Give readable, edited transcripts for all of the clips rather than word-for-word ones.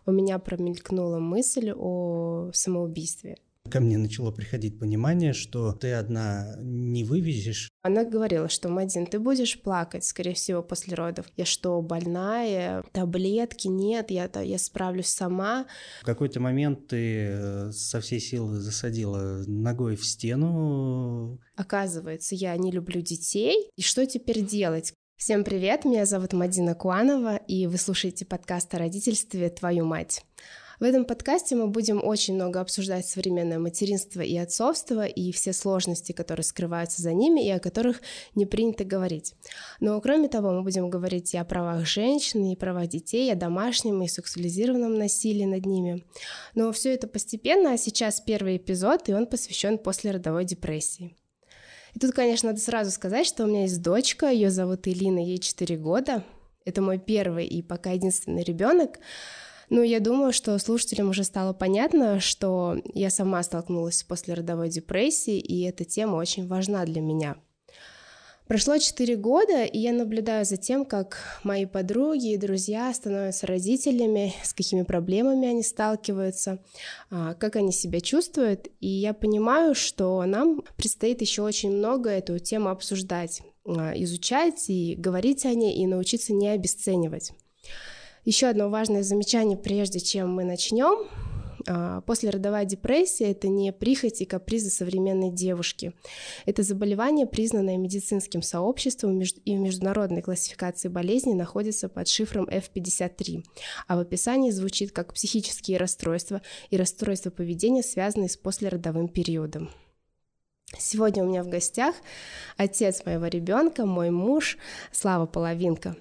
у меня промелькнула мысль о самоубийстве. Ко мне начало приходить понимание, что ты одна не вывезешь. Она говорила, что, Мадин, ты будешь плакать, скорее всего, после родов. Я что, больная? Таблетки? Нет, я справлюсь сама. В какой-то момент ты со всей силы засадила ногой в стену. Оказывается, я не люблю детей. И что теперь делать? Всем привет, меня зовут Мадина Куанова, и вы слушаете подкаст о родительстве «Твою мать». В этом подкасте мы будем очень много обсуждать современное материнство и отцовство и все сложности, которые скрываются за ними и о которых не принято говорить. Но кроме того, мы будем говорить и о правах женщин, и правах детей, о домашнем и сексуализированном насилии над ними. Но все это постепенно, а сейчас первый эпизод, и он посвящен послеродовой депрессии. И тут, конечно, надо сразу сказать, что у меня есть дочка, ее зовут Элина, ей 4 года. Это мой первый и пока единственный ребенок. Ну, я думаю, что слушателям уже стало понятно, что я сама столкнулась с послеродовой депрессией, и эта тема очень важна для меня. Прошло 4 года, и я наблюдаю за тем, как мои подруги и друзья становятся родителями, с какими проблемами они сталкиваются, как они себя чувствуют, и я понимаю, что нам предстоит еще очень много эту тему обсуждать, изучать и говорить о ней, и научиться не обесценивать. Еще одно важное замечание, прежде чем мы начнем. Послеродовая депрессия – это не прихоть и капризы современной девушки. Это заболевание, признанное медицинским сообществом и в международной классификации болезней находится под шифром F53, а в описании звучит как психические расстройства и расстройства поведения, связанные с послеродовым периодом. Сегодня у меня в гостях отец моего ребенка, мой муж, Слава Половинка.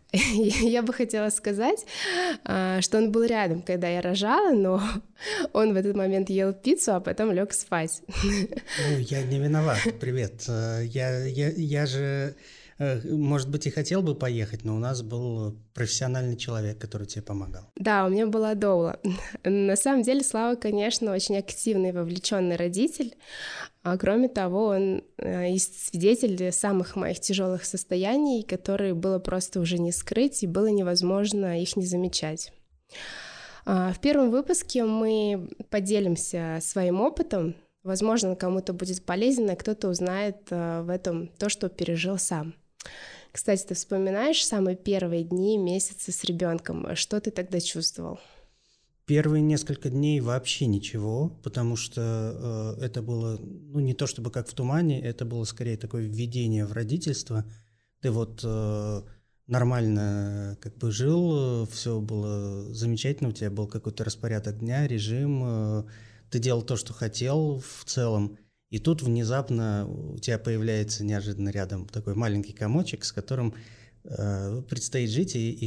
Я бы хотела сказать, что он был рядом, когда я рожала, но он в этот момент ел пиццу, а потом лег спать. Ну, я не виноват, привет. Я же, может быть, и хотел бы поехать, но у нас был профессиональный человек, который тебе помогал. Да, у меня была доула. На самом деле, Слава, конечно, очень активный, вовлеченный родитель. А кроме того, он есть свидетель самых моих тяжелых состояний, которые было просто уже не скрыть, и было невозможно их не замечать. В первом выпуске мы поделимся своим опытом. Возможно, кому-то будет полезно, а кто-то узнает в этом то, что пережил сам. Кстати, ты вспоминаешь самые первые дни, месяцы с ребенком? Что ты тогда чувствовал? Первые несколько дней вообще ничего, потому что это было, ну, не то чтобы как в тумане, это было скорее такое введение в родительство. Ты вот нормально как бы жил, все было замечательно, у тебя был какой-то распорядок дня, режим, ты делал то, что хотел в целом, и тут внезапно у тебя появляется неожиданно рядом такой маленький комочек, с которым предстоит жить и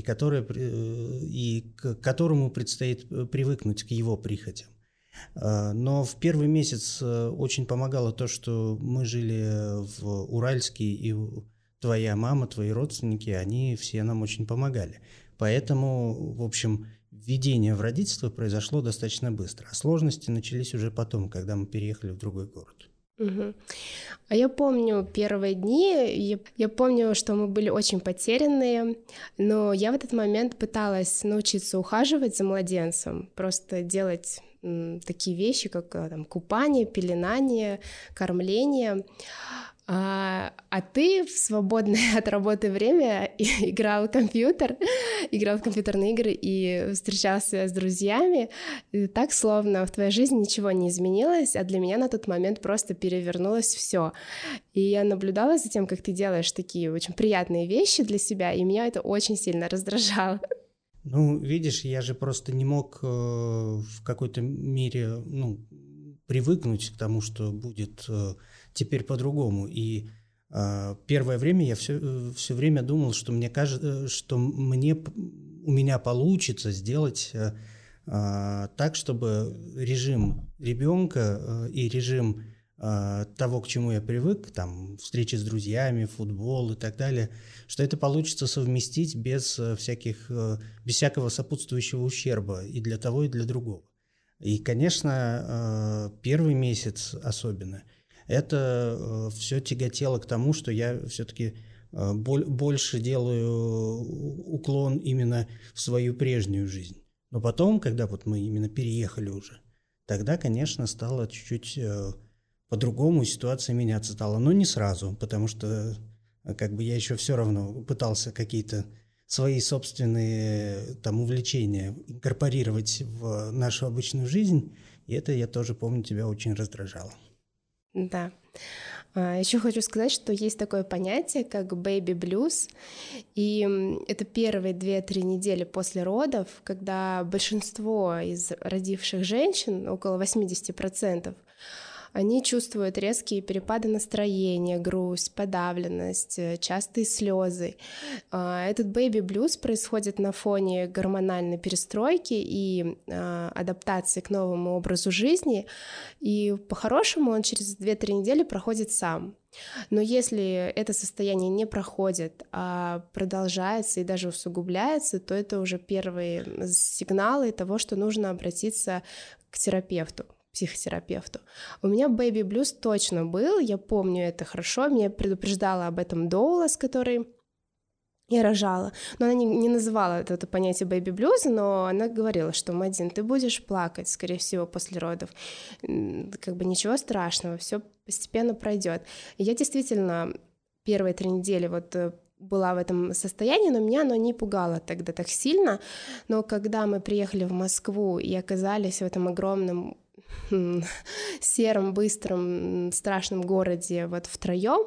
к которому предстоит привыкнуть к его прихотям. Но в первый месяц очень помогало то, что мы жили в Уральске, и твоя мама, твои родственники, они все нам очень помогали. Поэтому, в общем, введение в родительство произошло достаточно быстро, а сложности начались уже потом, когда мы переехали в другой город. Угу. А я помню первые дни, я помню, что мы были очень потерянные, но я в этот момент пыталась научиться ухаживать за младенцем, просто делать такие вещи, как там, купание, пеленание, кормление. А ты в свободное от работы время играл в компьютерные игры и встречался с друзьями, и так, словно в твоей жизни ничего не изменилось, а для меня на тот момент просто перевернулось все. И я наблюдала за тем, как ты делаешь такие очень приятные вещи для себя, и меня это очень сильно раздражало. Ну, видишь, я же просто не мог в какой-то мере, привыкнуть к тому, что будет теперь по-другому. И первое время я все время думал, что мне кажется, что у меня получится сделать так, чтобы режим ребенка и режим того, к чему я привык, там, встречи с друзьями, футбол и так далее, что это получится совместить без всякого сопутствующего ущерба и для того, и для другого. И, конечно, первый месяц особенно, это все тяготело к тому, что я все-таки больше делаю уклон именно в свою прежнюю жизнь. Но потом, когда вот мы именно переехали уже, тогда, конечно, стало чуть-чуть по-другому ситуация меняться стала. Но не сразу, потому что как бы я еще все равно пытался какие-то свои собственные там увлечения инкорпорировать в нашу обычную жизнь, и это, я тоже помню, тебя очень раздражало. Да. Еще хочу сказать, что есть такое понятие, как baby blues, и это первые 2-3 недели после родов, когда большинство из родивших женщин, около 80%, они чувствуют резкие перепады настроения, грусть, подавленность, частые слезы. Этот бэйби-блюз происходит на фоне гормональной перестройки и адаптации к новому образу жизни, и по-хорошему он через 2-3 недели проходит сам. Но если это состояние не проходит, а продолжается и даже усугубляется, то это уже первые сигналы того, что нужно обратиться к терапевту, психотерапевту. У меня baby blues точно был, я помню это хорошо, меня предупреждала об этом доула, с которой я рожала, но она не называла это понятие baby blues, но она говорила, что, Мадин, ты будешь плакать, скорее всего, после родов, как бы ничего страшного, все постепенно пройдет. И я действительно первые 3 недели была в этом состоянии, но меня оно не пугало тогда так сильно, но когда мы приехали в Москву и оказались в этом огромном сером, быстром, страшном городе втроем,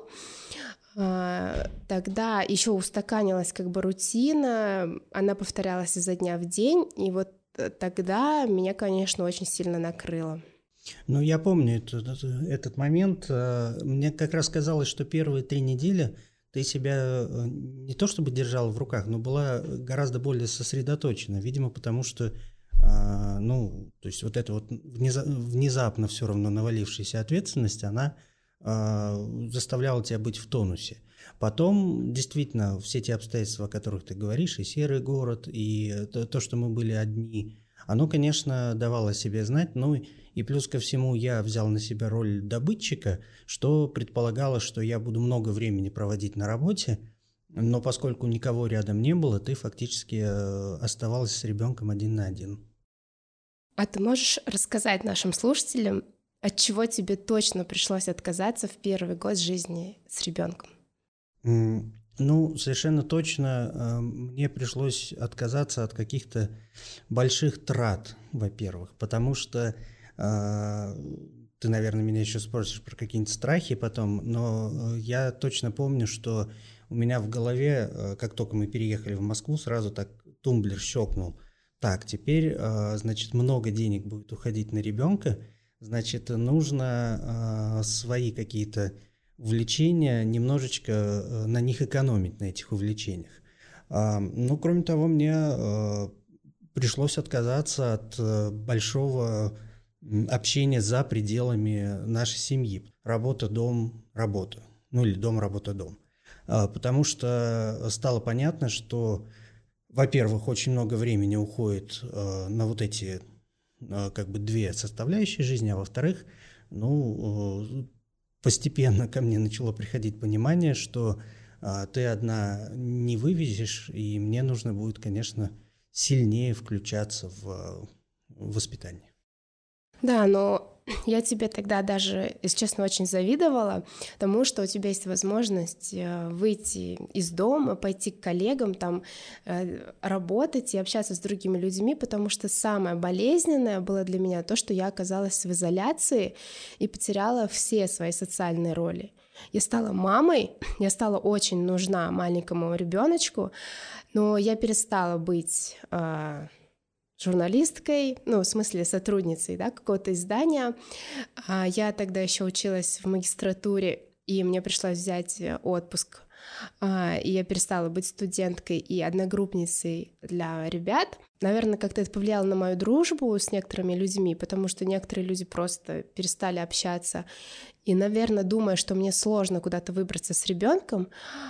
тогда еще устаканилась как бы рутина, она повторялась изо дня в день, и тогда меня, конечно, очень сильно накрыло. Ну, я помню этот момент. Мне как раз казалось, что первые 3 недели ты себя не то чтобы держала в руках, но была гораздо более сосредоточена, видимо, потому что то есть вот эта вот внезапно все равно навалившаяся ответственность, она заставляла тебя быть в тонусе. Потом, действительно, все те обстоятельства, о которых ты говоришь, и серый город, и то, что мы были одни, оно, конечно, давало себе знать, и плюс ко всему я взял на себя роль добытчика, что предполагало, что я буду много времени проводить на работе, но поскольку никого рядом не было, ты фактически оставалась с ребенком 1 на 1. А ты можешь рассказать нашим слушателям, от чего тебе точно пришлось отказаться в первый год жизни с ребенком? Совершенно точно мне пришлось отказаться от каких-то больших трат, во-первых, потому что ты, наверное, меня еще спросишь про какие-нибудь страхи потом, но я точно помню, что у меня в голове, как только мы переехали в Москву, сразу так тумблер щелкнул. Так, теперь, значит, много денег будет уходить на ребенка, значит, нужно свои какие-то увлечения немножечко на них экономить, на этих увлечениях. Кроме того, мне пришлось отказаться от большого общения за пределами нашей семьи. Работа, дом, работа. Или дом, работа, дом. Потому что стало понятно, что, во-первых, очень много времени уходит на вот эти как бы 2 составляющие жизни, а во-вторых, постепенно ко мне начало приходить понимание, что ты одна не вывезешь, и мне нужно будет, конечно, сильнее включаться в воспитание. Да, но я тебе тогда даже, если честно, очень завидовала тому, что у тебя есть возможность выйти из дома, пойти к коллегам, там работать и общаться с другими людьми, потому что самое болезненное было для меня то, что я оказалась в изоляции и потеряла все свои социальные роли. Я стала мамой, я стала очень нужна маленькому ребеночку, но я перестала быть журналисткой, в смысле сотрудницей, какого-то издания. Я тогда еще училась в магистратуре, и мне пришлось взять отпуск, и я перестала быть студенткой и одногруппницей для ребят. Наверное, как-то это повлияло на мою дружбу с некоторыми людьми, потому что некоторые люди просто перестали общаться. И, наверное, думая, что мне сложно куда-то выбраться с ребенком,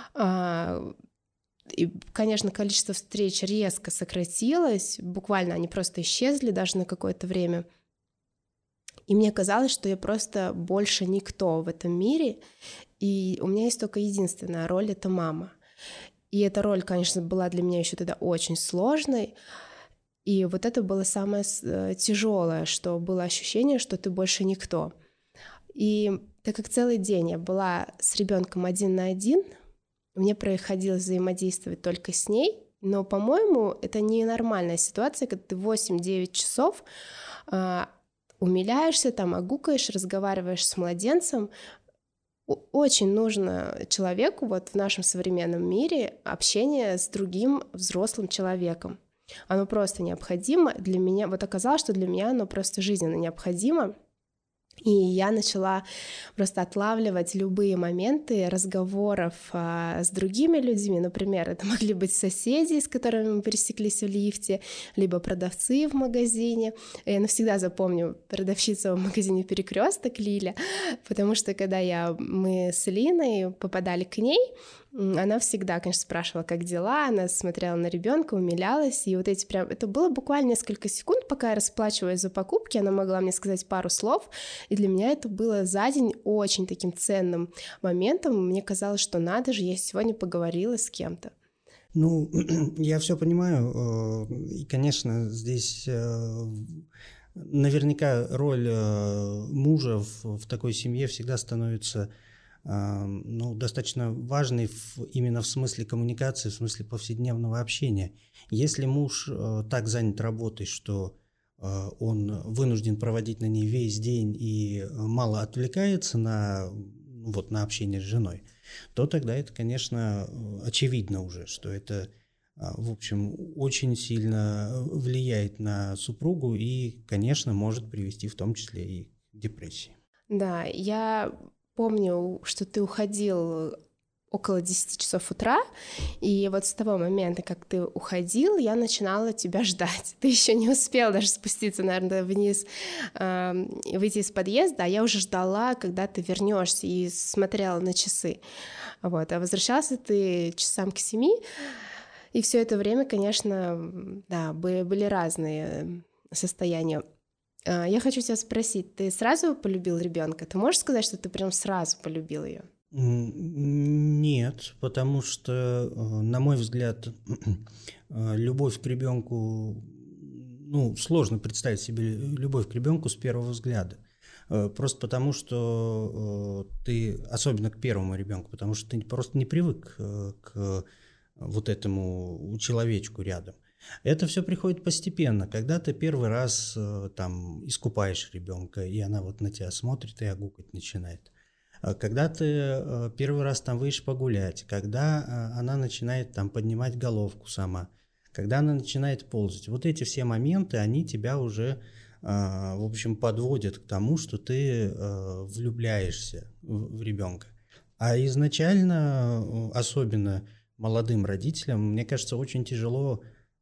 и, конечно, количество встреч резко сократилось, буквально они просто исчезли даже на какое-то время. И мне казалось, что я просто больше никто в этом мире, и у меня есть только единственная роль — это мама. И эта роль, конечно, была для меня еще тогда очень сложной. И вот это было самое тяжелое, что было ощущение, что ты больше никто. И так как целый день я была с ребенком 1 на 1, мне приходилось взаимодействовать только с ней, но, по-моему, это не нормальная ситуация, когда ты 8-9 часов умиляешься, там, огукаешь, разговариваешь с младенцем. Очень нужно человеку вот в нашем современном мире общение с другим взрослым человеком. Оно просто необходимо для меня. Вот оказалось, что для меня оно просто жизненно необходимо. И я начала просто отлавливать любые моменты разговоров с другими людьми. Например, это могли быть соседи, с которыми мы пересеклись в лифте, либо продавцы в магазине. Я навсегда запомню продавщицу в магазине «Перекресток» Лиля, потому что когда мы с Линой попадали к ней, она всегда, конечно, спрашивала, как дела, она смотрела на ребенка, умилялась, и вот эти прям... Это было буквально несколько секунд, пока я расплачиваюсь за покупки, она могла мне сказать пару слов, и для меня это было за день очень таким ценным моментом. Мне казалось, что надо же, я сегодня поговорила с кем-то. Ну, я все понимаю, и, конечно, здесь наверняка роль мужа в такой семье всегда становится достаточно важный именно в смысле коммуникации, в смысле повседневного общения. Если муж так занят работой, что он вынужден проводить на ней весь день и мало отвлекается на общение с женой, то тогда это, конечно, очевидно уже, что это, в общем, очень сильно влияет на супругу и, конечно, может привести в том числе и к депрессии. Да, я помню, что ты уходил около 10 часов утра, и вот с того момента, как ты уходил, я начинала тебя ждать. Ты еще не успел даже спуститься, наверное, вниз, выйти из подъезда, а я уже ждала, когда ты вернешься, и смотрела на часы. Вот. А возвращался ты часам к 7, и все это время, конечно, да, были разные состояния. Я хочу тебя спросить, ты сразу полюбил ребенка? Ты можешь сказать, что ты прям сразу полюбил ее? Нет, потому что, на мой взгляд, любовь к ребенку, сложно представить себе любовь к ребенку с первого взгляда. Просто потому, что ты, особенно к первому ребенку, потому что ты просто не привык к вот этому человечку рядом. Это все приходит постепенно, когда ты первый раз искупаешь ребенка, и она вот на тебя смотрит и огукать начинает. Когда ты первый раз выйдешь погулять, когда она начинает поднимать головку сама, когда она начинает ползать. Вот эти все моменты, они тебя уже, в общем, подводят к тому, что ты влюбляешься в ребенка. А изначально, особенно молодым родителям, мне кажется, очень тяжело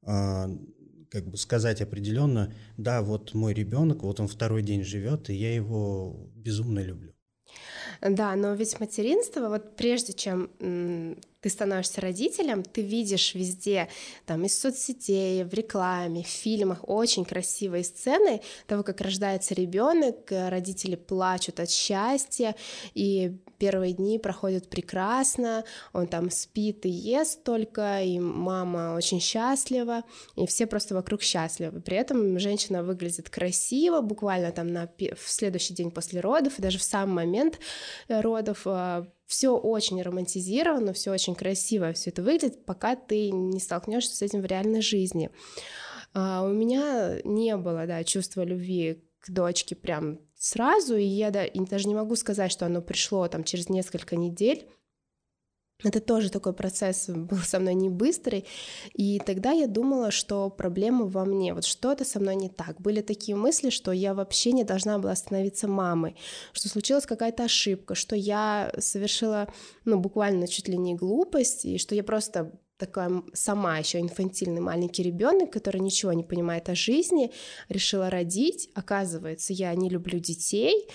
сказать определенно, да, вот мой ребенок, вот он второй день живет, и я его безумно люблю. Да, но ведь материнство, вот прежде чем ты становишься родителем, ты видишь везде, из соцсетей, в рекламе, в фильмах очень красивые сцены того, как рождается ребенок, родители плачут от счастья, и первые дни проходят прекрасно, он спит и ест только, и мама очень счастлива, и все просто вокруг счастливы. При этом женщина выглядит красиво, буквально в следующий день после родов, и даже в сам момент родов все очень романтизировано, все очень красиво, все это выглядит, пока ты не столкнешься с этим в реальной жизни. У меня не было, чувства любви к дочке прям сразу, и я даже не могу сказать, что оно пришло через несколько недель. Это тоже такой процесс был со мной не быстрый, и тогда я думала, что проблема во мне, вот что-то со мной не так. Были такие мысли, что я вообще не должна была становиться мамой, что случилась какая-то ошибка, что я совершила, буквально чуть ли не глупость, и что я просто такая сама еще инфантильный маленький ребенок, который ничего не понимает о жизни, решила родить. Оказывается, я не люблю детей.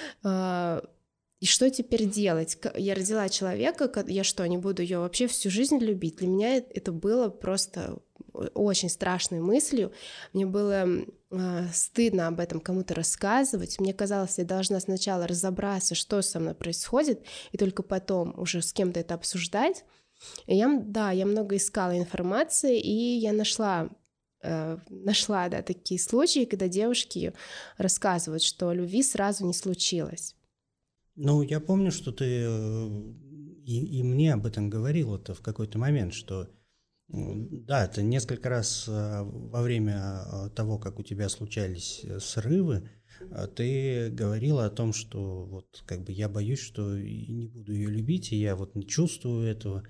И что теперь делать? Я родила человека, я что, не буду ее вообще всю жизнь любить? Для меня это было просто очень страшной мыслью. Мне было стыдно об этом кому-то рассказывать. Мне казалось, я должна сначала разобраться, что со мной происходит, и только потом уже с кем-то это обсуждать. И я много искала информации, и я нашла нашла, да, такие случаи, когда девушки рассказывают, что любви сразу не случилось. Ну, я помню, что ты и мне об этом говорила-то в какой-то момент, что да, ты несколько раз во время того, как у тебя случались срывы, ты говорила о том, что вот как бы я боюсь, что не буду ее любить, и я вот не чувствую этого.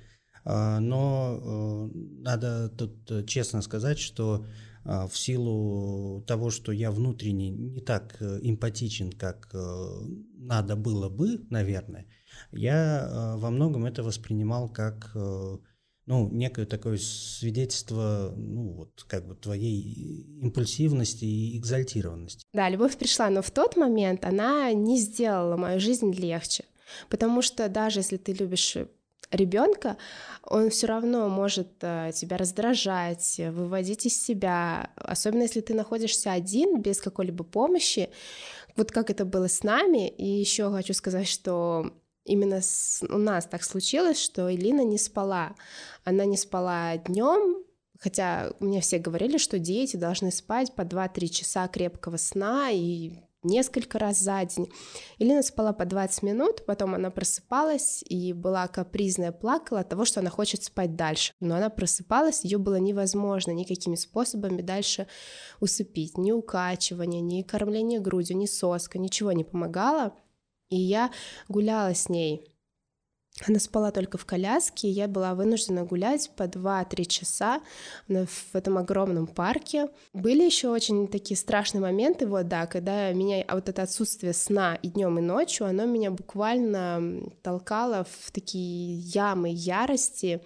Но надо тут честно сказать, что в силу того, что я внутренне не так эмпатичен, как надо было бы, наверное, я во многом это воспринимал как некое такое свидетельство, вот как бы твоей импульсивности и экзальтированности. Да, любовь пришла, но в тот момент она не сделала мою жизнь легче, потому что даже если ты любишь ребенка, он все равно может тебя раздражать, выводить из себя, особенно если ты находишься один, без какой-либо помощи, вот как это было с нами. И еще хочу сказать, что именно у нас так случилось, что Элина не спала. Она не спала днем, хотя мне все говорили, что дети должны спать по 2-3 часа крепкого сна и несколько раз за день. Элина спала по 20 минут, потом она просыпалась и была капризная, плакала от того, что она хочет спать дальше. Но она просыпалась, ее было невозможно никакими способами дальше усыпить. Ни укачивание, ни кормление грудью, ни соска, ничего не помогало. И я гуляла с ней. Она спала только в коляске, и я была вынуждена гулять по 2-3 часа в этом огромном парке. Были еще очень такие страшные моменты, когда меня вот это отсутствие сна и днем, и ночью, оно меня буквально толкало в такие ямы ярости.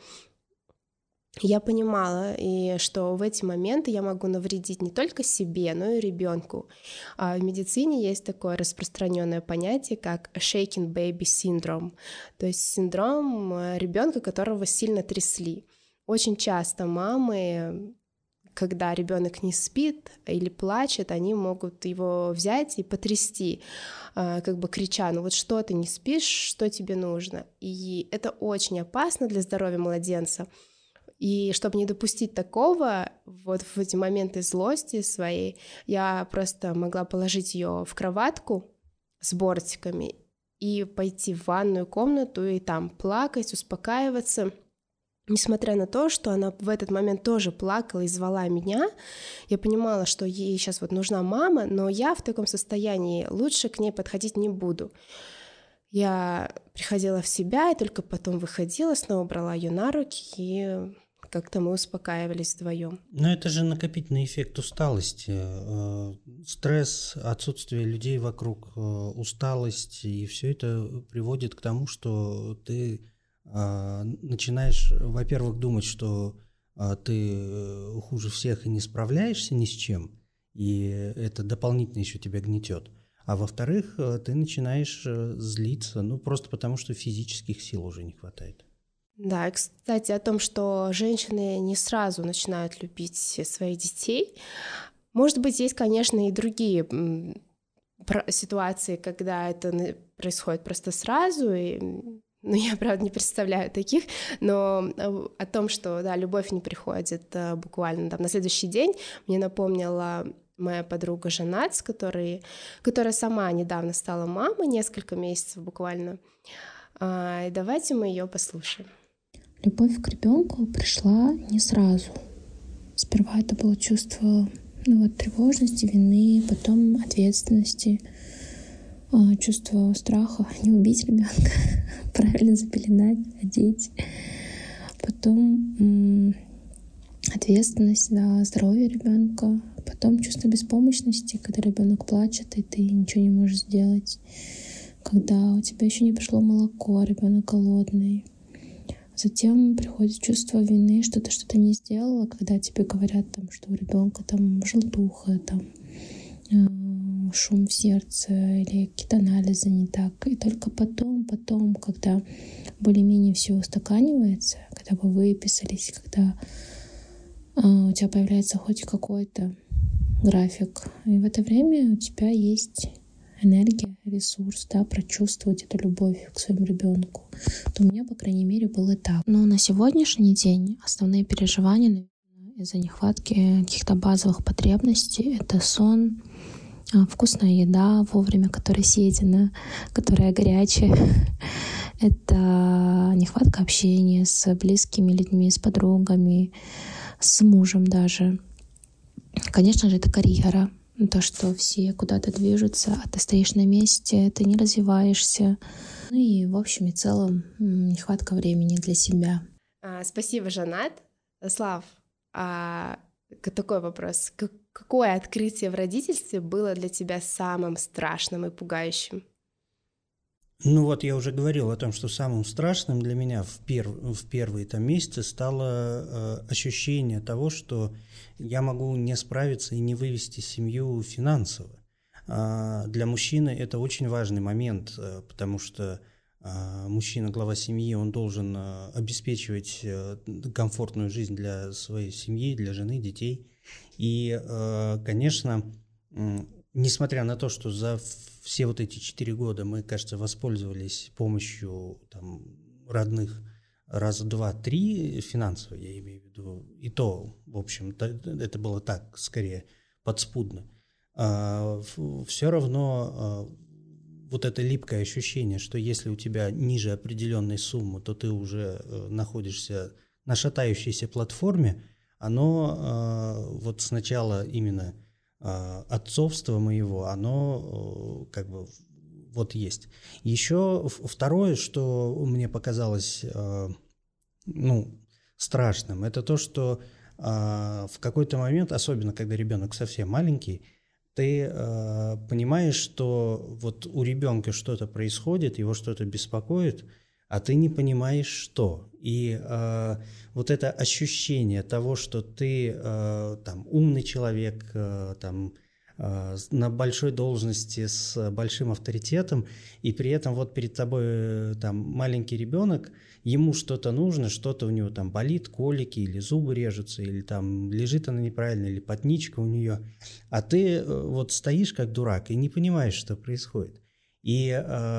Я понимала, что в эти моменты я могу навредить не только себе, но и ребенку. В медицине есть такое распространенное понятие, как shaken baby syndrome, то есть синдром ребенка, которого сильно трясли. Очень часто мамы, когда ребенок не спит или плачет, они могут его взять и потрясти, как бы крича: ну вот что ты не спишь, что тебе нужно? И это очень опасно для здоровья младенца. И чтобы не допустить такого, вот в эти моменты злости своей, я просто могла положить ее в кроватку с бортиками и пойти в ванную комнату и там плакать, успокаиваться. Несмотря на то, что она в этот момент тоже плакала и звала меня, я понимала, что ей сейчас вот нужна мама, но я в таком состоянии лучше к ней подходить не буду. Я приходила в себя и только потом выходила, снова брала ее на руки, и как-то мы успокаивались вдвоем. Но это же накопительный эффект усталости. Стресс, отсутствие людей вокруг, усталость, и все это приводит к тому, что ты начинаешь, во-первых, думать, что ты хуже всех и не справляешься ни с чем, и это дополнительно еще тебя гнетет. А во-вторых, ты начинаешь злиться, просто потому, что физических сил уже не хватает. Да, и, кстати, о том, что женщины не сразу начинают любить своих детей. Может быть, есть, конечно, и другие ситуации, когда это происходит просто сразу, я, правда, не представляю таких, но о том, что, да, любовь не приходит буквально на следующий день, мне напомнила моя подруга Жанат, которая сама недавно стала мамой, несколько месяцев буквально. Давайте мы ее послушаем. Любовь к ребенку пришла не сразу. Сперва это было чувство тревожности, вины, потом ответственности, чувство страха не убить ребенка, правильно запеленать, одеть. Потом ответственность за здоровье ребенка, потом чувство беспомощности, когда ребенок плачет, и ты ничего не можешь сделать, когда у тебя еще не пришло молоко, ребенок голодный. Затем приходит чувство вины, что ты что-то не сделала, когда тебе говорят, что у ребенка желтуха, шум в сердце или какие-то анализы не так. И только потом, когда более-менее все устаканивается, когда вы выписались, когда у тебя появляется хоть какой-то график, и в это время у тебя есть энергия, ресурс, прочувствовать эту любовь к своему ребенку. То у меня, по крайней мере, было так. Но на сегодняшний день основные переживания, наверное, из-за нехватки каких-то базовых потребностей. Это сон, вкусная еда вовремя, которая съедена, которая горячая. Это нехватка общения с близкими людьми, с подругами, с мужем даже. Конечно же, это карьера. То, что все куда-то движутся, а ты стоишь на месте, ты не развиваешься. Ну и в общем и целом нехватка времени для себя. Спасибо, Жанат. Слав, такой вопрос. Какое открытие в родительстве было для тебя самым страшным и пугающим? Ну вот я уже говорил о том, что самым страшным для меня в первые там месяцы стало ощущение того, что я могу не справиться и не вывести семью финансово. Для мужчины это очень важный момент, потому что мужчина, глава семьи, он должен обеспечивать комфортную жизнь для своей семьи, для жены, детей. И, конечно, несмотря на то, что за все вот эти 4 года мы, кажется, воспользовались помощью там, родных раза 2-3 финансово, я имею в виду, и то, в общем, это было так, скорее, подспудно, все равно вот это липкое ощущение, что если у тебя ниже определенной суммы, то ты уже находишься на шатающейся платформе, оно вот сначала именно отцовство моего, оно как бы вот есть. Еще второе, что мне показалось страшным, это то, что в какой-то момент, особенно когда ребенок совсем маленький, ты понимаешь, что вот у ребенка что-то происходит, его что-то беспокоит, а ты не понимаешь, что. И вот это ощущение того, что ты там умный человек, там на большой должности с большим авторитетом, и при этом вот перед тобой там маленький ребенок, ему что-то нужно, что-то у него там болит, колики, или зубы режутся, или там лежит она неправильно, или потничка у нее, а ты вот стоишь как дурак и не понимаешь, что происходит. И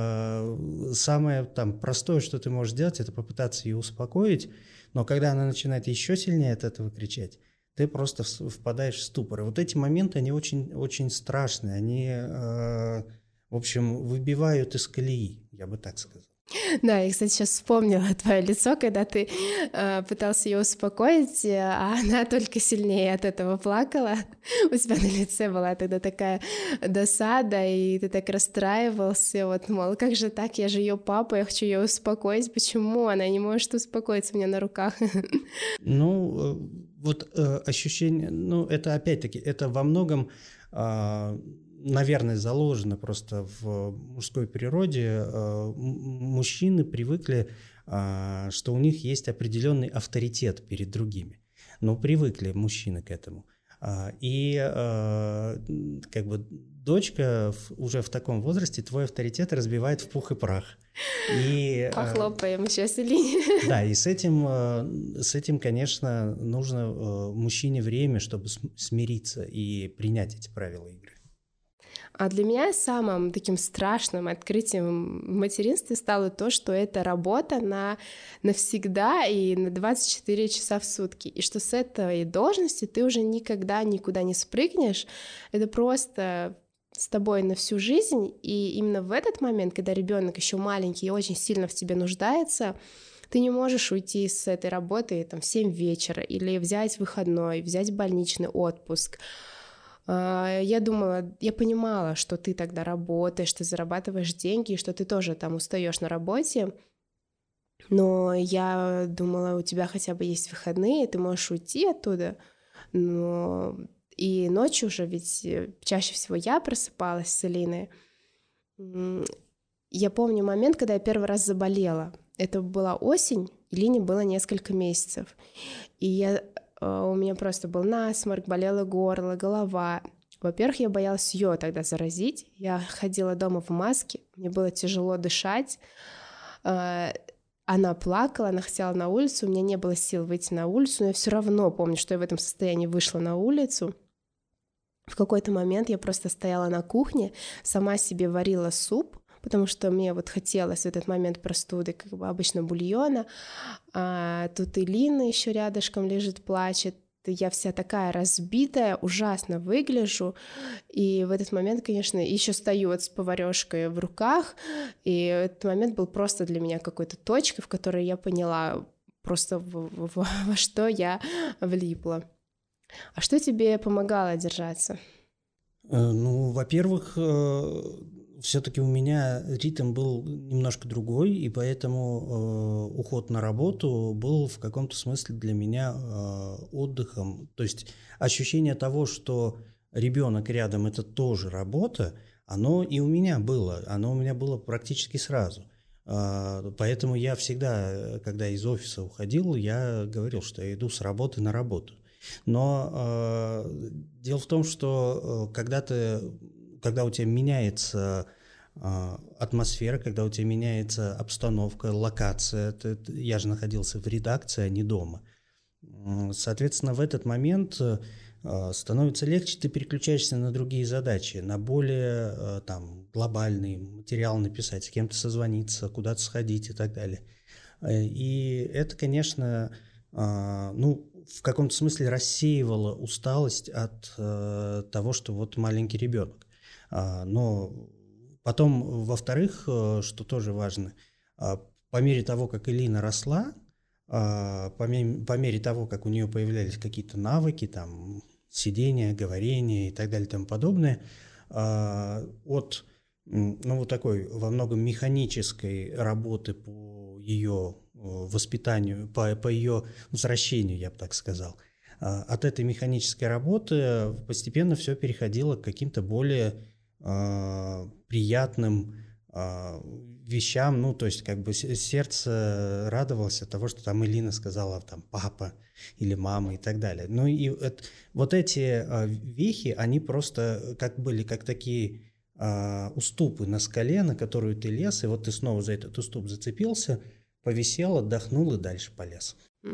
самое там простое, что ты можешь сделать, это попытаться ее успокоить, но когда она начинает еще сильнее от этого кричать, ты просто впадаешь в ступор. И вот эти моменты, они очень, очень страшные, они, в общем, выбивают из колеи, я бы так сказал. Да, я, кстати, сейчас вспомнила твое лицо, когда ты пытался ее успокоить, а она только сильнее от этого плакала. У тебя на лице была тогда такая досада, и ты так расстраивался, вот, мол, как же так, я же ее папа, я хочу ее успокоить, почему она не может успокоиться у меня на руках? Ну, вот ощущение, ну, это опять-таки, это во многом... наверное, заложено просто в мужской природе. Мужчины привыкли, что у них есть определенный авторитет перед другими. Но привыкли мужчины к этому. И как бы дочка уже в таком возрасте твой авторитет разбивает в пух и прах. И, похлопаем сейчас, Илине. Да, и с этим, конечно, нужно мужчине время, чтобы смириться и принять эти правила игры. А для меня самым таким страшным открытием в материнстве стало то, что это работа навсегда и на 24 часа в сутки. И что с этой должности ты уже никогда никуда не спрыгнешь. Это просто с тобой на всю жизнь. И именно в этот момент, когда ребенок еще маленький и очень сильно в тебе нуждается, ты не можешь уйти с этой работы там, в 7 вечера или взять выходной, взять больничный отпуск. Я понимала, что ты тогда работаешь, ты зарабатываешь деньги, и что ты тоже там устаешь на работе, но я думала, у тебя хотя бы есть выходные, ты можешь уйти оттуда, и ночью уже, ведь чаще всего я просыпалась с Элиной. Я помню момент, когда я первый раз заболела. Это была осень, Элине было несколько месяцев, и у меня просто был насморк, болело горло, голова. Во-первых, я боялась ее тогда заразить. Я ходила дома в маске, мне было тяжело дышать. Она плакала, она хотела на улицу, у меня не было сил выйти на улицу, но я все равно помню, что я в этом состоянии вышла на улицу. В какой-то момент я просто стояла на кухне, сама себе варила суп, потому что мне вот хотелось в этот момент простуды, обычно бульона, а тут Элина еще рядышком лежит, плачет, я вся такая разбитая, ужасно выгляжу, и в этот момент, конечно, еще стою вот с поварёшкой в руках, и этот момент был просто для меня какой-то точкой, в которой я поняла просто во что я влипла. А что тебе помогало держаться? Ну, во-первых, все-таки у меня ритм был немножко другой, и поэтому уход на работу был в каком-то смысле для меня отдыхом. То есть ощущение того, что ребенок рядом – это тоже работа, оно и у меня было. Оно у меня было практически сразу. Поэтому я всегда, когда из офиса уходил, я говорил, что я иду с работы на работу. Но дело в том, что когда у тебя меняется атмосфера, когда у тебя меняется обстановка, локация, я же находился в редакции, а не дома. Соответственно, в этот момент становится легче, ты переключаешься на другие задачи, на более глобальный материал написать, с кем-то созвониться, куда-то сходить и так далее. И это, конечно, в каком-то смысле рассеивало усталость от того, что вот маленький ребенок. Но потом, во-вторых, что тоже важно, по мере того, как Элина росла, по мере того, как у нее появлялись какие-то навыки, там, сидения, говорения и так далее и тому подобное, от вот такой во многом механической работы по ее воспитанию, по ее взращению, я бы так сказал, от этой механической работы постепенно все переходило к каким-то более приятным вещам, ну, то есть как бы сердце радовалось от того, что там Элина сказала там папа или мама и так далее. Ну и вот эти вехи, они просто были как такие уступы на скале, на которую ты лез, и вот ты снова за этот уступ зацепился, повисел, отдохнул и дальше полез.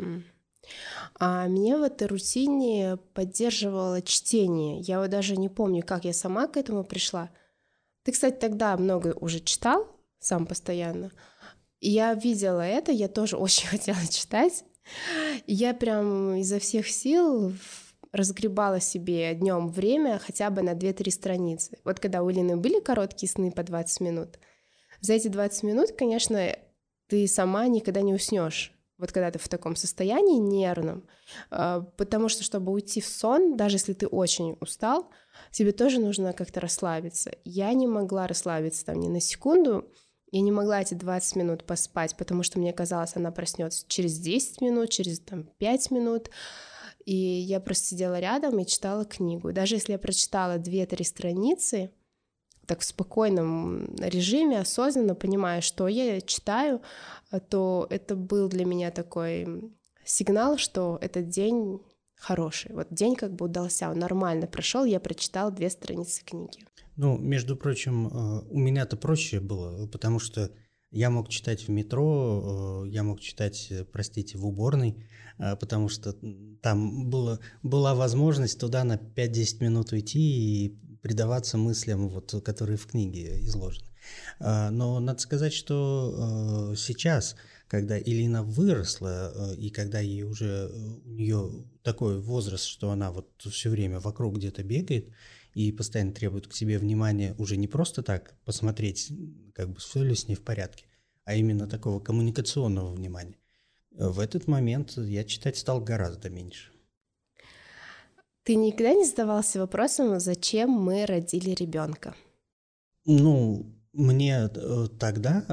А меня в этой рутине поддерживало чтение. Я вот даже не помню, как я сама к этому пришла. Ты, кстати, тогда много уже читал, сам постоянно. И я видела это, я тоже очень хотела читать. Я прям изо всех сил разгребала себе днем время хотя бы на 2-3 страницы. Вот когда у Элины были короткие сны по 20 минут, за эти 20 минут, конечно, ты сама никогда не уснешь. Вот когда ты в таком состоянии нервном, потому что, чтобы уйти в сон, даже если ты очень устал, тебе тоже нужно как-то расслабиться. Я не могла расслабиться там ни на секунду, я не могла эти 20 минут поспать, потому что мне казалось, она проснется через 10 минут, через 5 минут, и я просто сидела рядом и читала книгу. Даже если я прочитала 2-3 страницы, так в спокойном режиме, осознанно понимая, что я читаю, то это был для меня такой сигнал, что этот день хороший. Вот день как бы удался, он нормально прошел, я прочитала 2 страницы книги. Ну, между прочим, у меня-то проще было, потому что я мог читать в метро, я мог читать, простите, в уборной, потому что там была возможность туда на 5-10 минут уйти и предаваться мыслям, которые в книге изложены. Но надо сказать, что сейчас, когда Элина выросла, и когда ей уже у нее такой возраст, что она все время вокруг где-то бегает и постоянно требует к себе внимания, уже не просто так посмотреть, как бы все ли с ней в порядке, а именно такого коммуникационного внимания. В этот момент я читать стал гораздо меньше. Ты никогда не задавался вопросом, зачем мы родили ребенка? Ну, мне тогда,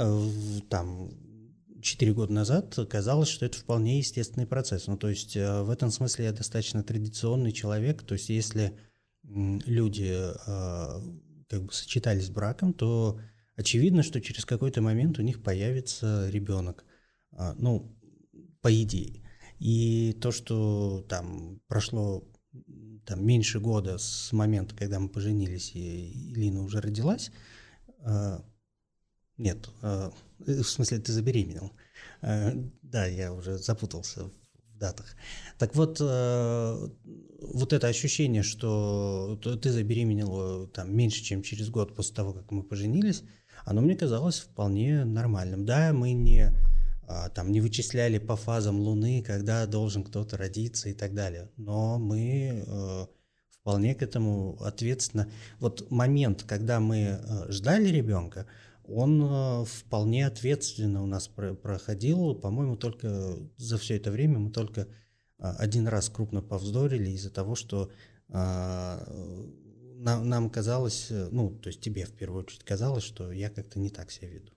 4 года назад, казалось, что это вполне естественный процесс. Ну, то есть в этом смысле я достаточно традиционный человек. То есть если люди как бы сочетались браком, то очевидно, что через какой-то момент у них появится ребенок. Ну, по идее. И то, что там прошло меньше года с момента, когда мы поженились, и Элина уже родилась. Нет, в смысле, ты забеременел. Да, я уже запутался в датах. Так вот, вот это ощущение, что ты забеременел меньше, чем через год после того, как мы поженились, оно мне казалось вполне нормальным. Да, мы не там не вычисляли по фазам Луны, когда должен кто-то родиться и так далее. Но мы вполне к этому ответственно. Вот момент, когда мы ждали ребенка, он вполне ответственно у нас проходил. По-моему, только за все это время мы только один раз крупно повздорили из-за того, что нам казалось, то есть тебе в первую очередь казалось, что я как-то не так себя веду.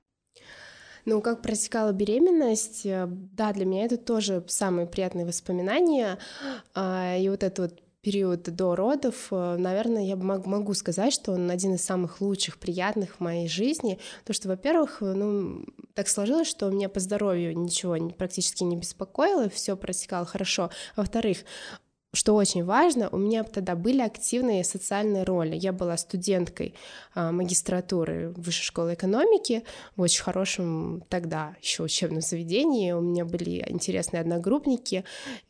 Ну, как протекала беременность, да, для меня это тоже самые приятные воспоминания. И вот этот вот период до родов, наверное, я могу сказать, что он один из самых лучших, приятных в моей жизни. Потому что, во-первых, так сложилось, что у меня по здоровью ничего практически не беспокоило, все протекало хорошо. Во-вторых, что очень важно, у меня тогда были активные социальные роли. Я была студенткой магистратуры Высшей школы экономики в очень хорошем тогда еще учебном заведении. У меня были интересные одногруппники.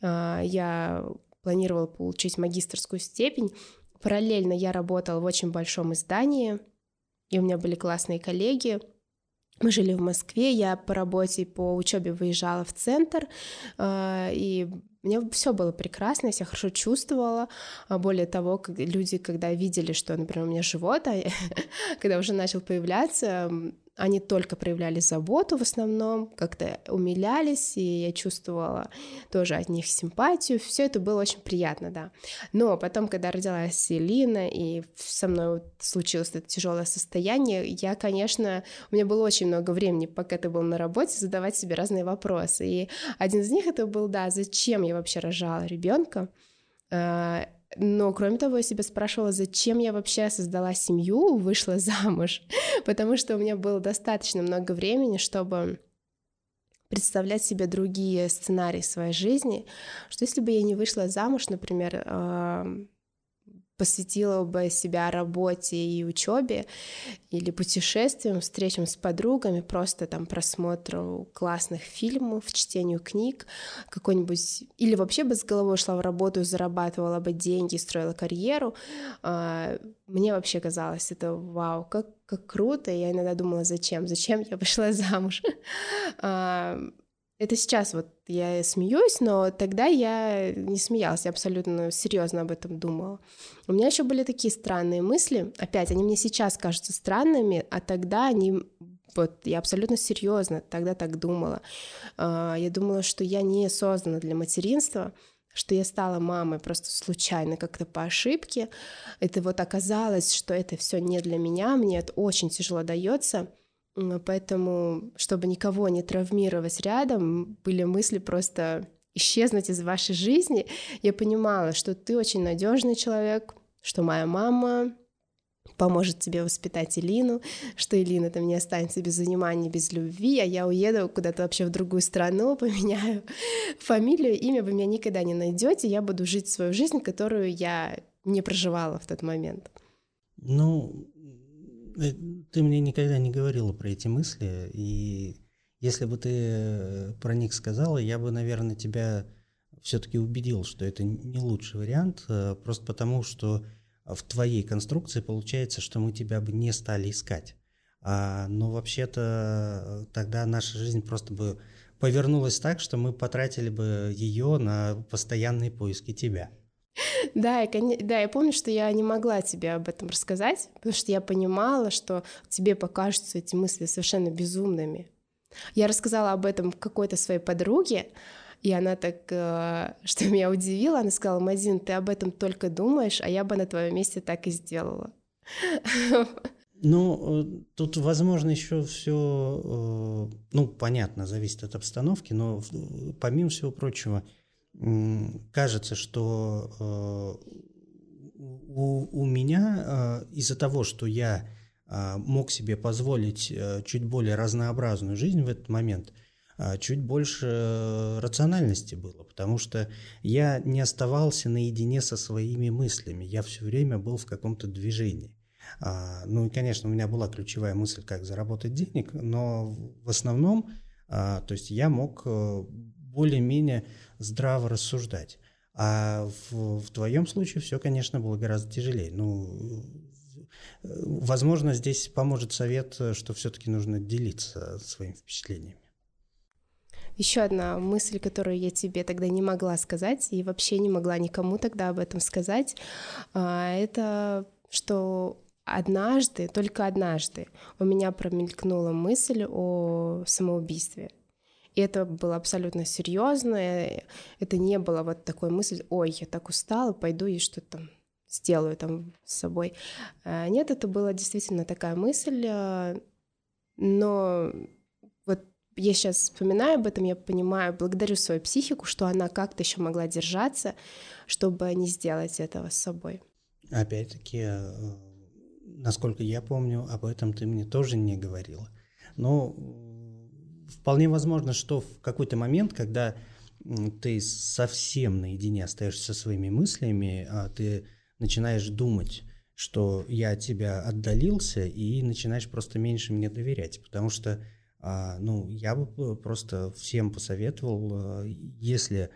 Я планировала получить магистерскую степень. Параллельно я работала в очень большом издании, и у меня были классные коллеги. Мы жили в Москве, я по работе и по учебе выезжала в центр, и мне все было прекрасно, я себя хорошо чувствовала. Более того, люди, когда видели, что, например, у меня живот, когда уже начал появляться, они только проявляли заботу в основном, как-то умилялись, и я чувствовала тоже от них симпатию. Все это было очень приятно, да. Но потом, когда родилась Элина, и со мной случилось это тяжелое состояние, у меня было очень много времени, пока ты был на работе, задавать себе разные вопросы. И один из них это был, да, зачем я вообще рожала ребенка? Но, кроме того, я себя спрашивала, зачем я вообще создала семью, вышла замуж, потому что у меня было достаточно много времени, чтобы представлять себе другие сценарии своей жизни, что если бы я не вышла замуж, например, посвятила бы себя работе и учебе или путешествиям, встречам с подругами, просто там просмотру классных фильмов, чтению книг, какой-нибудь... Или вообще бы с головой шла в работу, зарабатывала бы деньги, строила карьеру. Мне вообще казалось, это вау, как круто. И я иногда думала, зачем я вышла замуж. Это сейчас вот я смеюсь, но тогда я не смеялась, я абсолютно серьезно об этом думала. У меня еще были такие странные мысли, опять, они мне сейчас кажутся странными, а тогда я абсолютно серьезно тогда так думала. Я думала, что я не создана для материнства, что я стала мамой просто случайно, как-то по ошибке. Это вот оказалось, что это все не для меня, мне это очень тяжело дается. Поэтому, чтобы никого не травмировать рядом, были мысли просто исчезнуть из вашей жизни. Я понимала, что ты очень надежный человек, что моя мама поможет тебе воспитать Элину, что Элина там не останется без внимания, без любви, а я уеду куда-то вообще в другую страну, поменяю фамилию, имя, вы меня никогда не найдете, я буду жить свою жизнь, которую я не проживала в тот момент. Ты мне никогда не говорила про эти мысли, и если бы ты про них сказала, я бы, наверное, тебя все-таки убедил, что это не лучший вариант, просто потому, что в твоей конструкции получается, что мы тебя бы не стали искать. Но вообще-то тогда наша жизнь просто бы повернулась так, что мы потратили бы ее на постоянные поиски тебя. Да, я помню, что я не могла тебе об этом рассказать, потому что я понимала, что тебе покажутся эти мысли совершенно безумными. Я рассказала об этом какой-то своей подруге, и она так, что меня удивило, она сказала: «Мадин, ты об этом только думаешь, а я бы на твоем месте так и сделала». Тут, возможно, еще все, понятно, зависит от обстановки, но помимо всего прочего, кажется, что у меня из-за того, что я мог себе позволить чуть более разнообразную жизнь в этот момент, чуть больше рациональности было, потому что я не оставался наедине со своими мыслями, я все время был в каком-то движении. И, конечно, у меня была ключевая мысль, как заработать денег, но в основном, то есть я мог более-менее здраво рассуждать. А в твоем случае все, конечно, было гораздо тяжелее. Возможно, здесь поможет совет, что все-таки нужно делиться своими впечатлениями. Еще одна мысль, которую я тебе тогда не могла сказать и вообще не могла никому тогда об этом сказать, это что однажды, только однажды у меня промелькнула мысль о самоубийстве. И это было абсолютно серьезно, это не было вот такой мысль: ой, я так устала, пойду и что-то там сделаю там с собой. Нет, это была действительно такая мысль, но вот я сейчас вспоминаю об этом, я понимаю, благодарю свою психику, что она как-то еще могла держаться, чтобы не сделать этого с собой. Опять-таки, насколько я помню, об этом ты мне тоже не говорила. Но вполне возможно, что в какой-то момент, когда ты совсем наедине остаешься со своими мыслями, ты начинаешь думать, что я от тебя отдалился, и начинаешь просто меньше мне доверять. Потому что, я бы просто всем посоветовал, если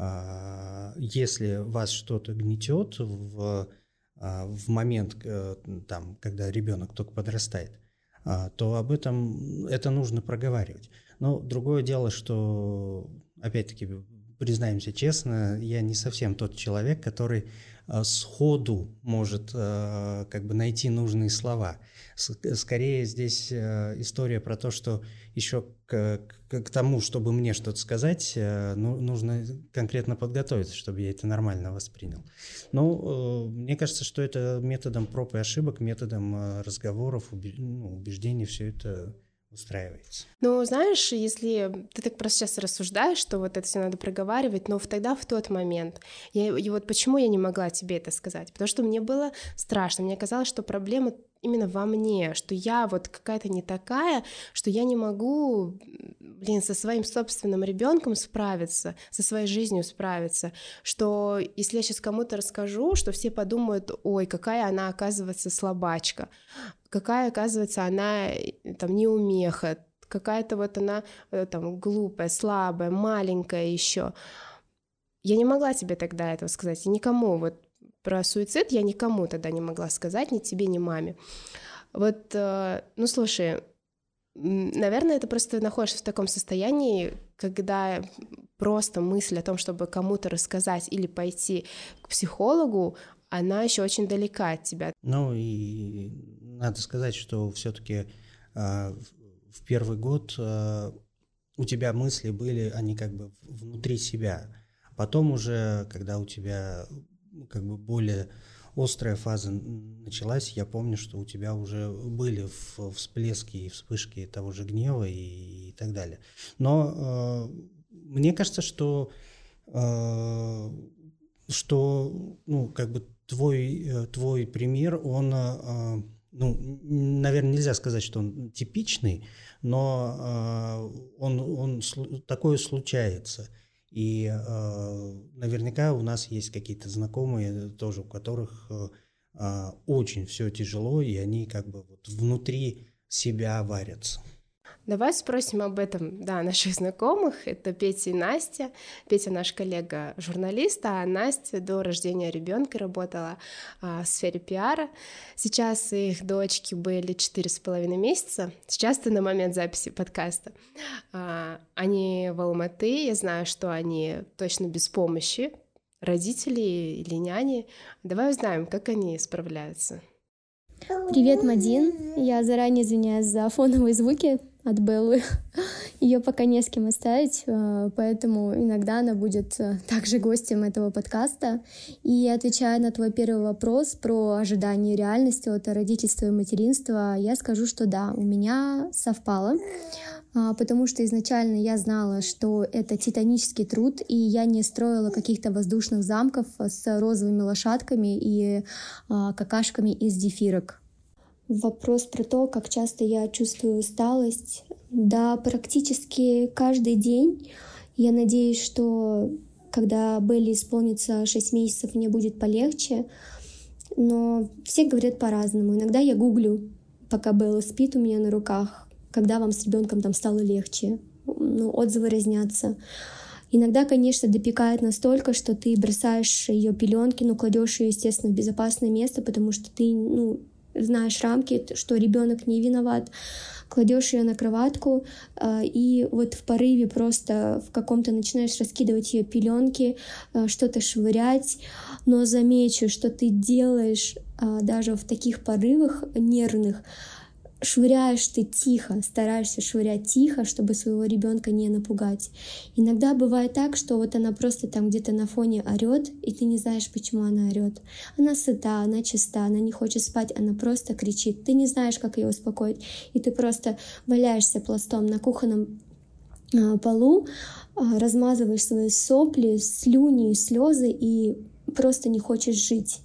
вас что-то гнетет в момент, когда ребенок только подрастает, то об этом это нужно проговаривать. Но другое дело, что, опять-таки, признаемся честно, я не совсем тот человек, который сходу может найти нужные слова. Скорее здесь история про то, что еще к тому, чтобы мне что-то сказать, нужно конкретно подготовиться, чтобы я это нормально воспринял. Но мне кажется, что это методом проб и ошибок, методом разговоров, убеждений все это устраивается. Ну, знаешь, если ты так просто сейчас рассуждаешь, что вот это все надо проговаривать, но тогда, в тот момент, и вот почему я не могла тебе это сказать? Потому что мне было страшно, мне казалось, что проблема именно во мне, что я вот какая-то не такая, что я не могу, со своим собственным ребенком справиться, со своей жизнью справиться, что если я сейчас кому-то расскажу, что все подумают: ой, какая она, оказывается, слабачка, какая, оказывается, она там неумеха, какая-то вот она там глупая, слабая, маленькая еще. Я не могла тебе тогда этого сказать, и никому вот про суицид я никому тогда не могла сказать, ни тебе, ни маме. Вот, слушай, наверное, ты просто находишься в таком состоянии, когда просто мысль о том, чтобы кому-то рассказать или пойти к психологу, она еще очень далека от тебя. Ну и надо сказать, что все-таки в первый год у тебя мысли были, они как бы внутри себя. Потом уже, когда у тебя как бы более острая фаза началась, я помню, что у тебя уже были всплески и вспышки того же гнева и так далее. Но мне кажется, что твой пример, он, наверное, нельзя сказать, что он типичный, но он такое случается. И наверняка у нас есть какие-то знакомые тоже, у которых очень все тяжело, и они как бы вот внутри себя варятся. Давай спросим об этом, наших знакомых. Это Петя и Настя. Петя наш коллега-журналист, а Настя до рождения ребенка работала в сфере пиара. Сейчас их дочке были 4,5 месяца. Сейчас ты на момент записи подкаста. Они в Алматы. Я знаю, что они точно без помощи родителей или няни. Давай узнаем, как они справляются. Привет, Мадин. Я заранее извиняюсь за фоновые звуки от Беллы. Ее пока не с кем оставить, поэтому иногда она будет также гостем этого подкаста. И отвечая на твой первый вопрос про ожидание и реальность от родительства и материнства, я скажу, что да, у меня совпало, потому что изначально я знала, что это титанический труд, и я не строила каких-то воздушных замков с розовыми лошадками и какашками из зефирок. Вопрос про то, как часто я чувствую усталость. Да, практически каждый день. Я надеюсь, что когда Белле исполнится 6 месяцев, мне будет полегче. Но все говорят по-разному. Иногда я гуглю, пока Белла спит у меня на руках, когда вам с ребенком там стало легче. Отзывы разнятся. Иногда, конечно, допекает настолько, что ты бросаешь ее пеленки, кладешь ее, естественно, в безопасное место, потому что ты, знаешь рамки, что ребенок не виноват, кладешь ее на кроватку, и вот в порыве просто в каком-то начинаешь раскидывать ее пеленки, что-то швырять, но замечу, что ты делаешь даже в таких порывах нервных, швыряешь ты тихо, стараешься швырять тихо, чтобы своего ребенка не напугать. Иногда бывает так, что вот она просто там где-то на фоне орет, и ты не знаешь, почему она орет. Она сыта, она чиста, она не хочет спать, она просто кричит. Ты не знаешь, как ее успокоить, и ты просто валяешься пластом на кухонном полу, размазываешь свои сопли, слюни, слезы и просто не хочешь жить.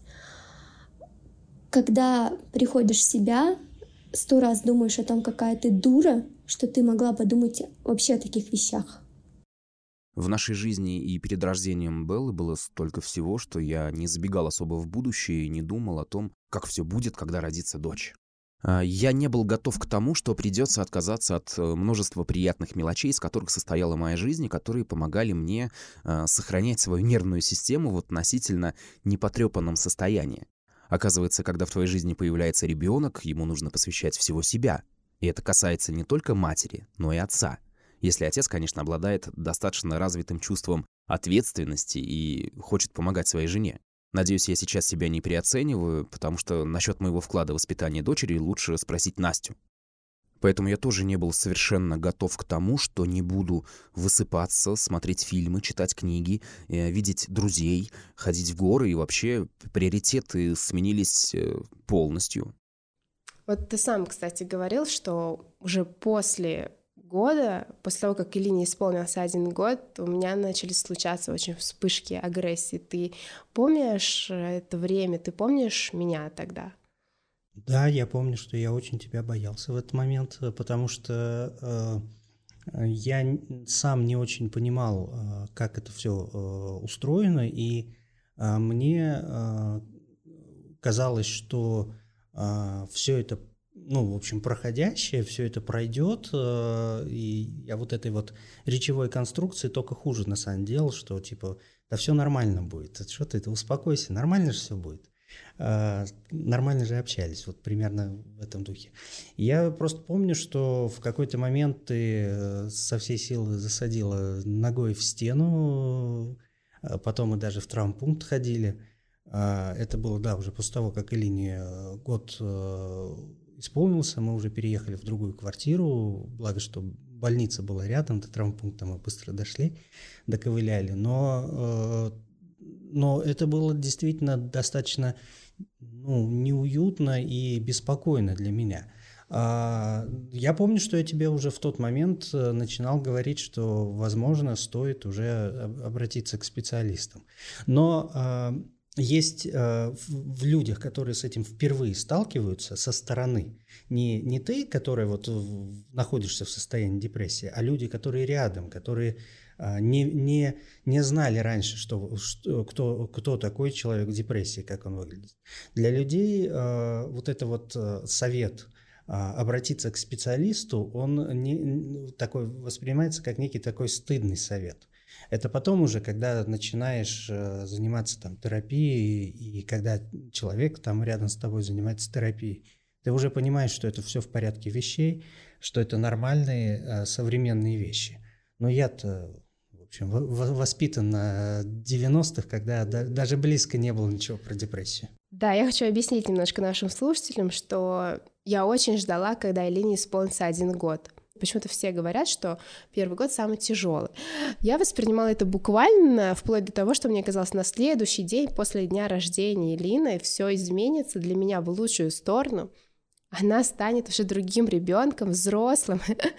Когда приходишь в себя, 100 раз думаешь о том, какая ты дура, что ты могла подумать вообще о таких вещах. В нашей жизни и перед рождением Беллы было столько всего, что я не забегал особо в будущее и не думал о том, как все будет, когда родится дочь. Я не был готов к тому, что придется отказаться от множества приятных мелочей, из которых состояла моя жизнь, и которые помогали мне сохранять свою нервную систему в относительно непотрепанном состоянии. Оказывается, когда в твоей жизни появляется ребенок, ему нужно посвящать всего себя. И это касается не только матери, но и отца. Если отец, конечно, обладает достаточно развитым чувством ответственности и хочет помогать своей жене. Надеюсь, я сейчас себя не переоцениваю, потому что насчет моего вклада в воспитание дочери лучше спросить Настю. Поэтому я тоже не был совершенно готов к тому, что не буду высыпаться, смотреть фильмы, читать книги, видеть друзей, ходить в горы, и вообще приоритеты сменились полностью. Вот ты сам, кстати, говорил, что уже после года, после того, как Элине исполнился 1 год, у меня начали случаться очень вспышки агрессии. Ты помнишь это время, ты помнишь меня тогда? Да, я помню, что я очень тебя боялся в этот момент, потому что я сам не очень понимал, как это все устроено, и мне казалось, что все это, в общем, проходящее, все это пройдет, и я вот этой вот речевой конструкции только хуже на самом деле, что типа, да все нормально будет, что ты успокойся, нормально же все будет. Нормально же общались, вот примерно в этом духе. Я просто помню, что в какой-то момент ты со всей силы засадила ногой в стену, потом мы даже в травмпункт ходили. Это было, да, уже после того, как Элине год исполнился, мы уже переехали в другую квартиру, благо, что больница была рядом, до травмпункта мы быстро дошли, доковыляли, но это было действительно достаточно неуютно и беспокойно для меня. Я помню, что я тебе уже в тот момент начинал говорить, что, возможно, стоит уже обратиться к специалистам. Но есть в людях, которые с этим впервые сталкиваются со стороны, не ты, который вот находишься в состоянии депрессии, а люди, которые рядом, которые не знали раньше, кто такой человек в депрессии, как он выглядит. Для людей вот это вот совет обратиться к специалисту, он такой воспринимается как некий такой стыдный совет. Это потом уже, когда начинаешь заниматься там терапией, и когда человек там рядом с тобой занимается терапией, ты уже понимаешь, что это все в порядке вещей, что это нормальные современные вещи. Но я-то, в общем, воспитан на 90-х, когда даже близко не было ничего про депрессию. Да, я хочу объяснить немножко нашим слушателям, что я очень ждала, когда Элине исполнится 1 год. Почему-то все говорят, что 1 год самый тяжелый. Я воспринимала это буквально, вплоть до того, что мне казалось, на следующий день после дня рождения Элины все изменится для меня в лучшую сторону. Она станет уже другим ребенком, взрослым.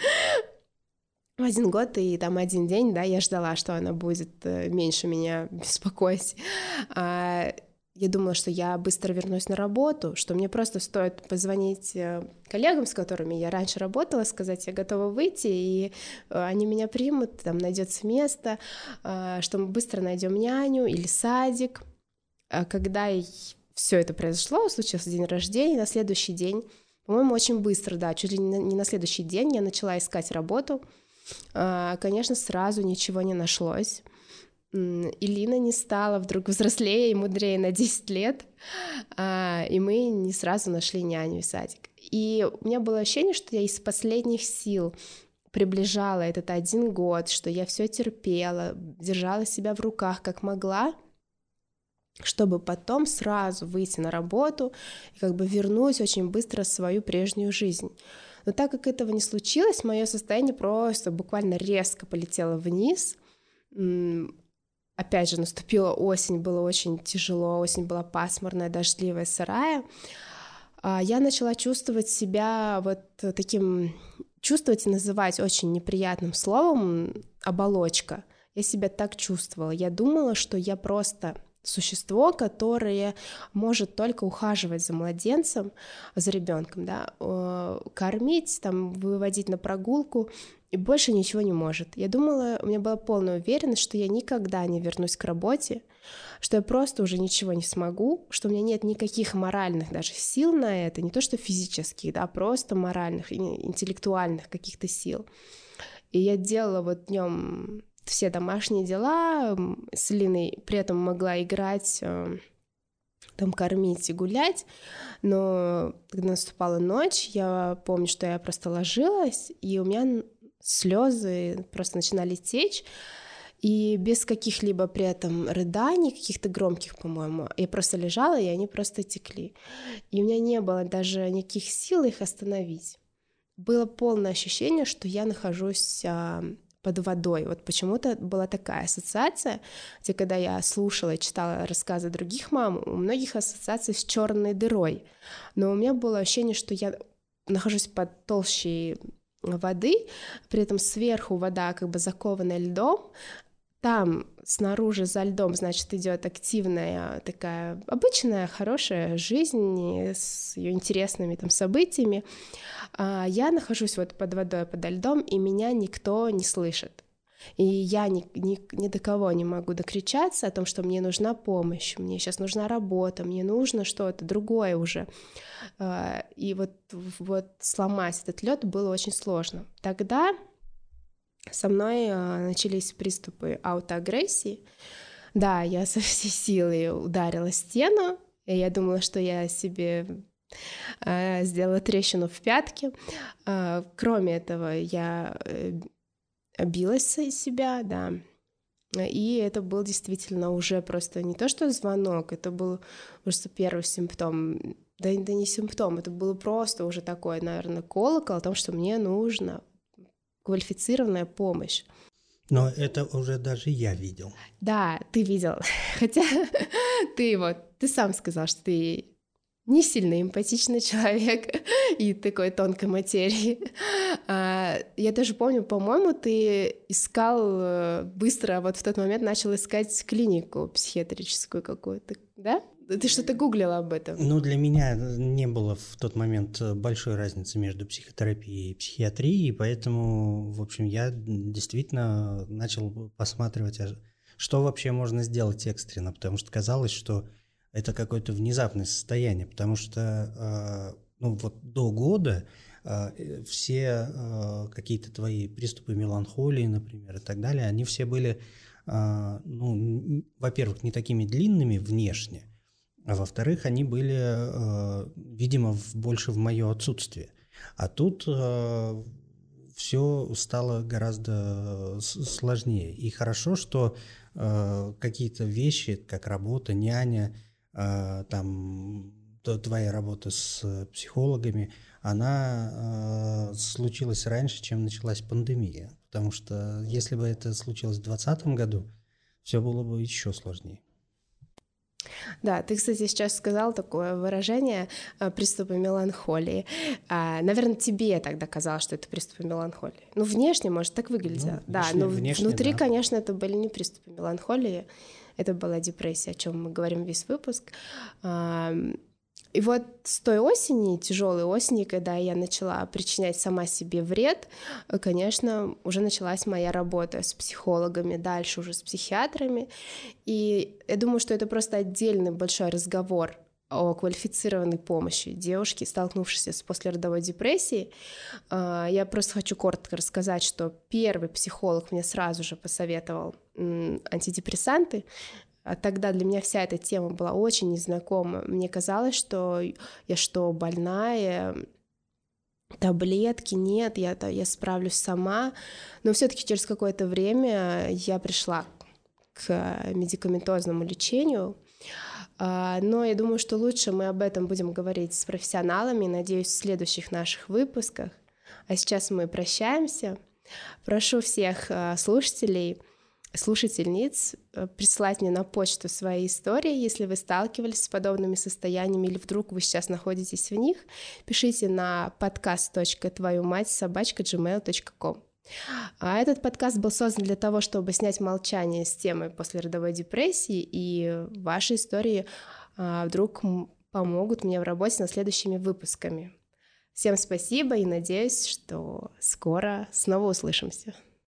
В 1 год и там 1 день, да, я ждала, что она будет меньше меня беспокоить. Я думала, что я быстро вернусь на работу, что мне просто стоит позвонить коллегам, с которыми я раньше работала, сказать, я готова выйти, и они меня примут, там найдется место, что мы быстро найдем няню или садик. Когда все это произошло, случился день рождения, на следующий день, по-моему, очень быстро, да, чуть ли не на следующий день я начала искать работу. Конечно, сразу ничего не нашлось. Илина не стала вдруг взрослее и мудрее на 10 лет, и мы не сразу нашли няню и садик. И у меня было ощущение, что я из последних сил приближала этот 1 год, что я все терпела, держала себя в руках как могла, чтобы потом сразу выйти на работу и как бы вернуть очень быстро свою прежнюю жизнь. Но так как этого не случилось, мое состояние просто буквально резко полетело вниз. Опять же, наступила осень, было очень тяжело, осень была пасмурная, дождливая, сырая. Я начала чувствовать себя вот таким, чувствовать и называть очень неприятным словом оболочка. Я себя так чувствовала. Я думала, что я просто существо, которое может только ухаживать за младенцем, за ребенком, да, кормить, там, выводить на прогулку, и больше ничего не может. Я думала, у меня была полная уверенность, что я никогда не вернусь к работе, что я просто уже ничего не смогу, что у меня нет никаких моральных даже сил на это, не то что физических, да, просто моральных, интеллектуальных каких-то сил. И я делала вот днем все домашние дела, с Линой при этом могла играть, там кормить и гулять, но когда наступала ночь, я помню, что я просто ложилась, и у меня слезы просто начинали течь, и без каких-либо при этом рыданий, каких-то громких, по-моему, я просто лежала, и они просто текли. И у меня не было даже никаких сил их остановить. Было полное ощущение, что я нахожусь под водой. Вот почему-то была такая ассоциация, где когда я слушала и читала рассказы других мам, у многих ассоциации с черной дырой. Но у меня было ощущение, что я нахожусь под толщей воды, при этом сверху вода как бы закованная льдом, там снаружи за льдом, значит, идет активная такая обычная хорошая жизнь с ее интересными там событиями. Я нахожусь вот под водой, подо льдом, и меня никто не слышит. И я ни до кого не могу докричаться о том, что мне нужна помощь, мне сейчас нужна работа, мне нужно что-то другое уже. И вот сломать этот лед было очень сложно. Тогда со мной начались приступы аутоагрессии. Да, я со всей силы ударила стену, и я думала, что я себе сделала трещину в пятке. Кроме этого, я билась из себя, да. И это был действительно уже просто не то, что звонок, это был просто первый симптом. Да не симптом, это было просто уже такой, наверное, колокол о том, что мне нужна квалифицированная помощь. Но это уже даже я видел. Да, ты видел. Хотя ты сам сказал, что ты не сильно эмпатичный человек и такой тонкой материи. Я даже помню, по-моему, ты искал быстро, вот в тот момент начал искать клинику психиатрическую какую-то, да? Ты что-то гуглила об этом? Ну, для меня не было в тот момент большой разницы между психотерапией и психиатрией, поэтому, в общем, я действительно начал посматривать, что вообще можно сделать экстренно, потому что казалось, что это какое-то внезапное состояние, потому что вот до года все какие-то твои приступы меланхолии, например, и так далее, они все были, во-первых, не такими длинными внешне, а во-вторых, они были, видимо, больше в мое отсутствие. А тут все стало гораздо сложнее. И хорошо, что какие-то вещи, как работа, няня, там твоя работа с психологами, она случилась раньше, чем началась пандемия. Потому что если бы это случилось в 2020 году, все было бы еще сложнее. Да, ты, кстати, сейчас сказал такое выражение «приступы меланхолии». Наверное, тебе тогда казалось, что это приступы меланхолии. Ну, внешне, может, так выглядело. Да, но внутри, да, конечно, это были не приступы меланхолии, это была депрессия, о чем мы говорим весь выпуск. И вот с той осени, тяжелой осени, когда я начала причинять сама себе вред, конечно, уже началась моя работа с психологами, дальше уже с психиатрами. И я думаю, что это просто отдельный большой разговор о квалифицированной помощи девушки, столкнувшейся с послеродовой депрессией. Я просто хочу коротко рассказать, что первый психолог мне сразу же посоветовал антидепрессанты. А тогда для меня вся эта тема была очень незнакома. Мне казалось, что я больная, таблетки нет, я справлюсь сама. Но все-таки через какое-то время я пришла к медикаментозному лечению. Но я думаю, что лучше мы об этом будем говорить с профессионалами, надеюсь, в следующих наших выпусках. А сейчас мы прощаемся. Прошу всех слушательниц прислать мне на почту свои истории, если вы сталкивались с подобными состояниями или вдруг вы сейчас находитесь в них. Пишите на podcast.твоюмать@gmail.com. А этот подкаст был создан для того, чтобы снять молчание с темы послеродовой депрессии, и ваши истории вдруг помогут мне в работе над следующими выпусками. Всем спасибо и надеюсь, что скоро снова услышимся.